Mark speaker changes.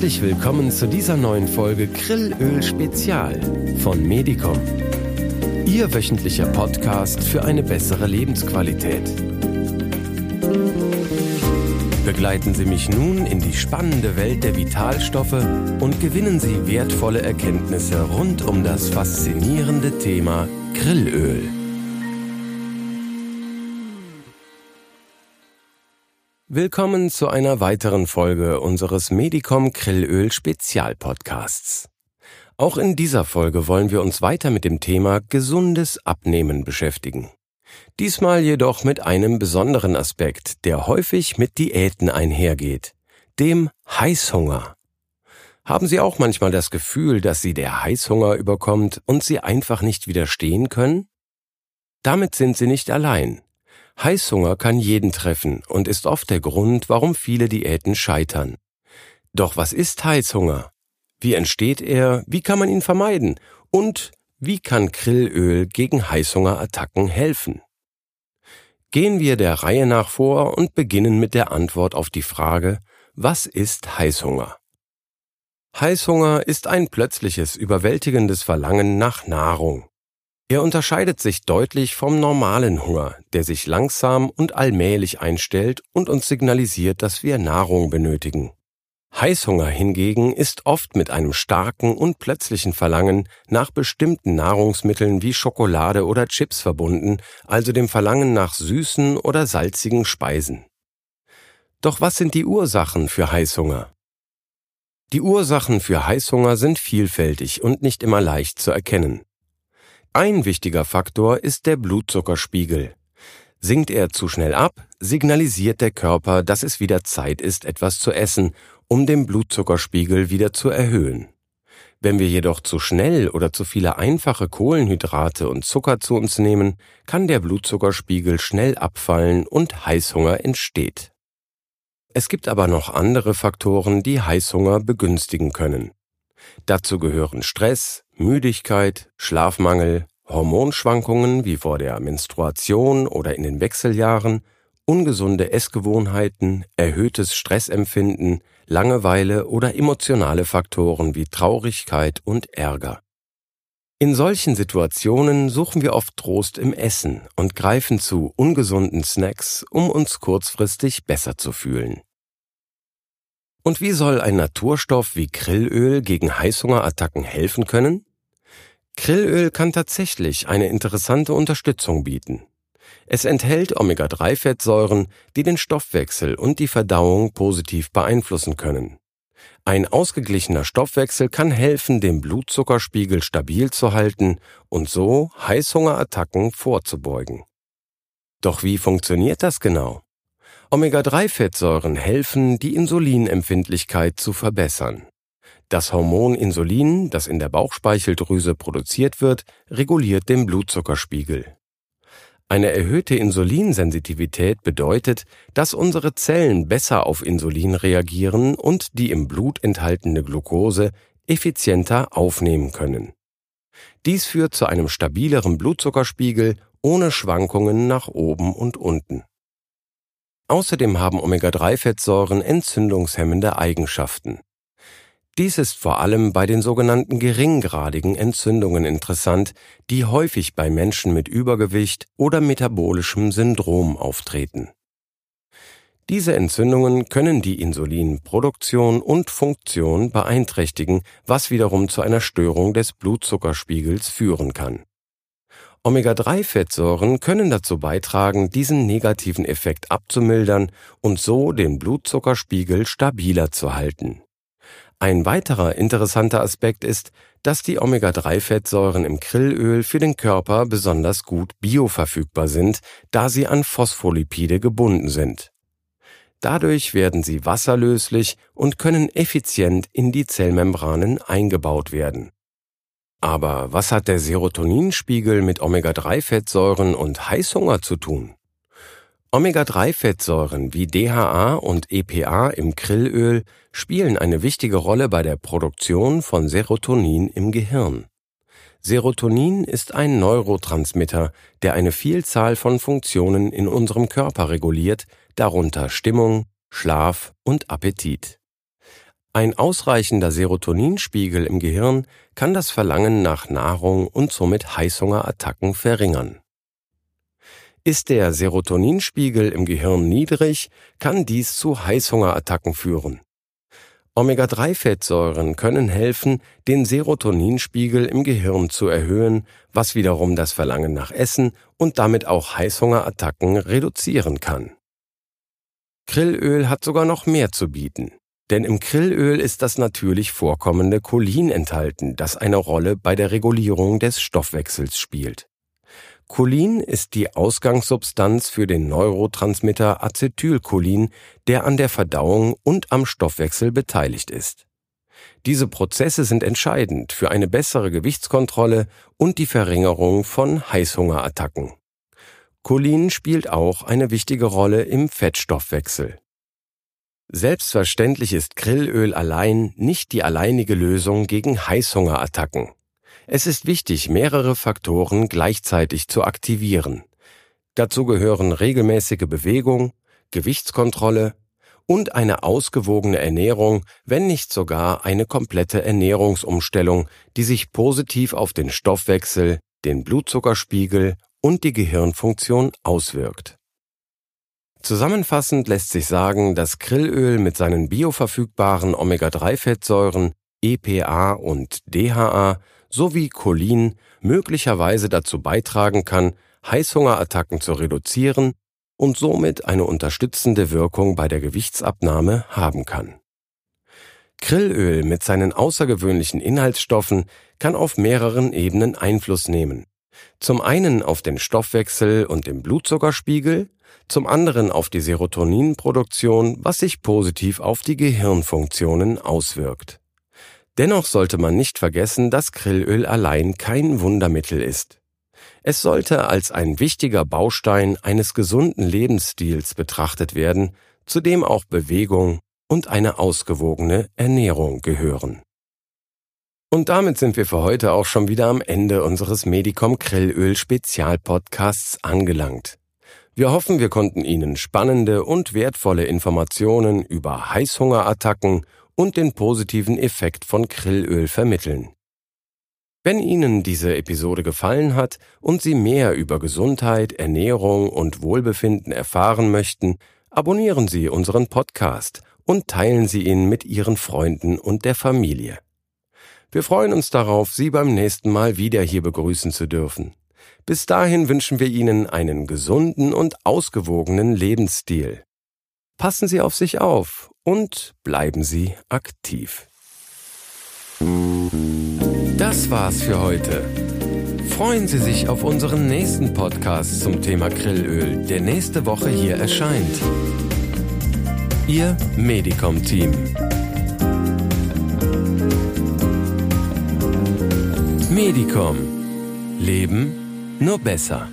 Speaker 1: Herzlich willkommen zu dieser neuen Folge Krillöl Spezial von Medicom. Ihr wöchentlicher Podcast für eine bessere Lebensqualität. Begleiten Sie mich nun in die spannende Welt der Vitalstoffe und gewinnen Sie wertvolle Erkenntnisse rund um das faszinierende Thema Krillöl. Willkommen zu einer weiteren Folge unseres Medicom Krillöl Spezialpodcasts. Auch in dieser Folge wollen wir uns weiter mit dem Thema gesundes Abnehmen beschäftigen. Diesmal jedoch mit einem besonderen Aspekt, der häufig mit Diäten einhergeht, dem Heißhunger. Haben Sie auch manchmal das Gefühl, dass Sie der Heißhunger überkommt und Sie einfach nicht widerstehen können? Damit sind Sie nicht allein. Heißhunger kann jeden treffen und ist oft der Grund, warum viele Diäten scheitern. Doch was ist Heißhunger? Wie entsteht er? Wie kann man ihn vermeiden? Und wie kann Krillöl gegen Heißhungerattacken helfen? Gehen wir der Reihe nach vor und beginnen mit der Antwort auf die Frage, was ist Heißhunger? Heißhunger ist ein plötzliches, überwältigendes Verlangen nach Nahrung. Er unterscheidet sich deutlich vom normalen Hunger, der sich langsam und allmählich einstellt und uns signalisiert, dass wir Nahrung benötigen. Heißhunger hingegen ist oft mit einem starken und plötzlichen Verlangen nach bestimmten Nahrungsmitteln wie Schokolade oder Chips verbunden, also dem Verlangen nach süßen oder salzigen Speisen. Doch was sind die Ursachen für Heißhunger? Die Ursachen für Heißhunger sind vielfältig und nicht immer leicht zu erkennen. Ein wichtiger Faktor ist der Blutzuckerspiegel. Sinkt er zu schnell ab, signalisiert der Körper, dass es wieder Zeit ist, etwas zu essen, um den Blutzuckerspiegel wieder zu erhöhen. Wenn wir jedoch zu schnell oder zu viele einfache Kohlenhydrate und Zucker zu uns nehmen, kann der Blutzuckerspiegel schnell abfallen und Heißhunger entsteht. Es gibt aber noch andere Faktoren, die Heißhunger begünstigen können. Dazu gehören Stress, Müdigkeit, Schlafmangel, Hormonschwankungen wie vor der Menstruation oder in den Wechseljahren, ungesunde Essgewohnheiten, erhöhtes Stressempfinden, Langeweile oder emotionale Faktoren wie Traurigkeit und Ärger. In solchen Situationen suchen wir oft Trost im Essen und greifen zu ungesunden Snacks, um uns kurzfristig besser zu fühlen. Und wie soll ein Naturstoff wie Krillöl gegen Heißhungerattacken helfen können? Krillöl kann tatsächlich eine interessante Unterstützung bieten. Es enthält Omega-3-Fettsäuren, die den Stoffwechsel und die Verdauung positiv beeinflussen können. Ein ausgeglichener Stoffwechsel kann helfen, den Blutzuckerspiegel stabil zu halten und so Heißhungerattacken vorzubeugen. Doch wie funktioniert das genau? Omega-3-Fettsäuren helfen, die Insulinempfindlichkeit zu verbessern. Das Hormon Insulin, das in der Bauchspeicheldrüse produziert wird, reguliert den Blutzuckerspiegel. Eine erhöhte Insulinsensitivität bedeutet, dass unsere Zellen besser auf Insulin reagieren und die im Blut enthaltene Glucose effizienter aufnehmen können. Dies führt zu einem stabileren Blutzuckerspiegel ohne Schwankungen nach oben und unten. Außerdem haben Omega-3-Fettsäuren entzündungshemmende Eigenschaften. Dies ist vor allem bei den sogenannten geringgradigen Entzündungen interessant, die häufig bei Menschen mit Übergewicht oder metabolischem Syndrom auftreten. Diese Entzündungen können die Insulinproduktion und Funktion beeinträchtigen, was wiederum zu einer Störung des Blutzuckerspiegels führen kann. Omega-3-Fettsäuren können dazu beitragen, diesen negativen Effekt abzumildern und so den Blutzuckerspiegel stabiler zu halten. Ein weiterer interessanter Aspekt ist, dass die Omega-3-Fettsäuren im Krillöl für den Körper besonders gut bioverfügbar sind, da sie an Phospholipide gebunden sind. Dadurch werden sie wasserlöslich und können effizient in die Zellmembranen eingebaut werden. Aber was hat der Serotoninspiegel mit Omega-3-Fettsäuren und Heißhunger zu tun? Omega-3-Fettsäuren wie DHA und EPA im Krillöl spielen eine wichtige Rolle bei der Produktion von Serotonin im Gehirn. Serotonin ist ein Neurotransmitter, der eine Vielzahl von Funktionen in unserem Körper reguliert, darunter Stimmung, Schlaf und Appetit. Ein ausreichender Serotoninspiegel im Gehirn kann das Verlangen nach Nahrung und somit Heißhungerattacken verringern. Ist der Serotoninspiegel im Gehirn niedrig, kann dies zu Heißhungerattacken führen. Omega-3-Fettsäuren können helfen, den Serotoninspiegel im Gehirn zu erhöhen, was wiederum das Verlangen nach Essen und damit auch Heißhungerattacken reduzieren kann. Krillöl hat sogar noch mehr zu bieten. Denn im Krillöl ist das natürlich vorkommende Cholin enthalten, das eine Rolle bei der Regulierung des Stoffwechsels spielt. Cholin ist die Ausgangssubstanz für den Neurotransmitter Acetylcholin, der an der Verdauung und am Stoffwechsel beteiligt ist. Diese Prozesse sind entscheidend für eine bessere Gewichtskontrolle und die Verringerung von Heißhungerattacken. Cholin spielt auch eine wichtige Rolle im Fettstoffwechsel. Selbstverständlich ist Krillöl allein nicht die alleinige Lösung gegen Heißhungerattacken. Es ist wichtig, mehrere Faktoren gleichzeitig zu aktivieren. Dazu gehören regelmäßige Bewegung, Gewichtskontrolle und eine ausgewogene Ernährung, wenn nicht sogar eine komplette Ernährungsumstellung, die sich positiv auf den Stoffwechsel, den Blutzuckerspiegel und die Gehirnfunktion auswirkt. Zusammenfassend lässt sich sagen, dass Krillöl mit seinen bioverfügbaren Omega-3-Fettsäuren EPA und DHA sowie Cholin möglicherweise dazu beitragen kann, Heißhungerattacken zu reduzieren und somit eine unterstützende Wirkung bei der Gewichtsabnahme haben kann. Krillöl mit seinen außergewöhnlichen Inhaltsstoffen kann auf mehreren Ebenen Einfluss nehmen. Zum einen auf den Stoffwechsel und den Blutzuckerspiegel, zum anderen auf die Serotoninproduktion, was sich positiv auf die Gehirnfunktionen auswirkt. Dennoch sollte man nicht vergessen, dass Krillöl allein kein Wundermittel ist. Es sollte als ein wichtiger Baustein eines gesunden Lebensstils betrachtet werden, zu dem auch Bewegung und eine ausgewogene Ernährung gehören. Und damit sind wir für heute auch schon wieder am Ende unseres Medicom Krillöl Spezialpodcasts angelangt. Wir hoffen, wir konnten Ihnen spannende und wertvolle Informationen über Heißhungerattacken und den positiven Effekt von Krillöl vermitteln. Wenn Ihnen diese Episode gefallen hat und Sie mehr über Gesundheit, Ernährung und Wohlbefinden erfahren möchten, abonnieren Sie unseren Podcast und teilen Sie ihn mit Ihren Freunden und der Familie. Wir freuen uns darauf, Sie beim nächsten Mal wieder hier begrüßen zu dürfen. Bis dahin wünschen wir Ihnen einen gesunden und ausgewogenen Lebensstil. Passen Sie auf sich auf und bleiben Sie aktiv. Das war's für heute. Freuen Sie sich auf unseren nächsten Podcast zum Thema Krillöl, der nächste Woche hier erscheint. Ihr Medicom-Team. Medicom. Leben nur besser.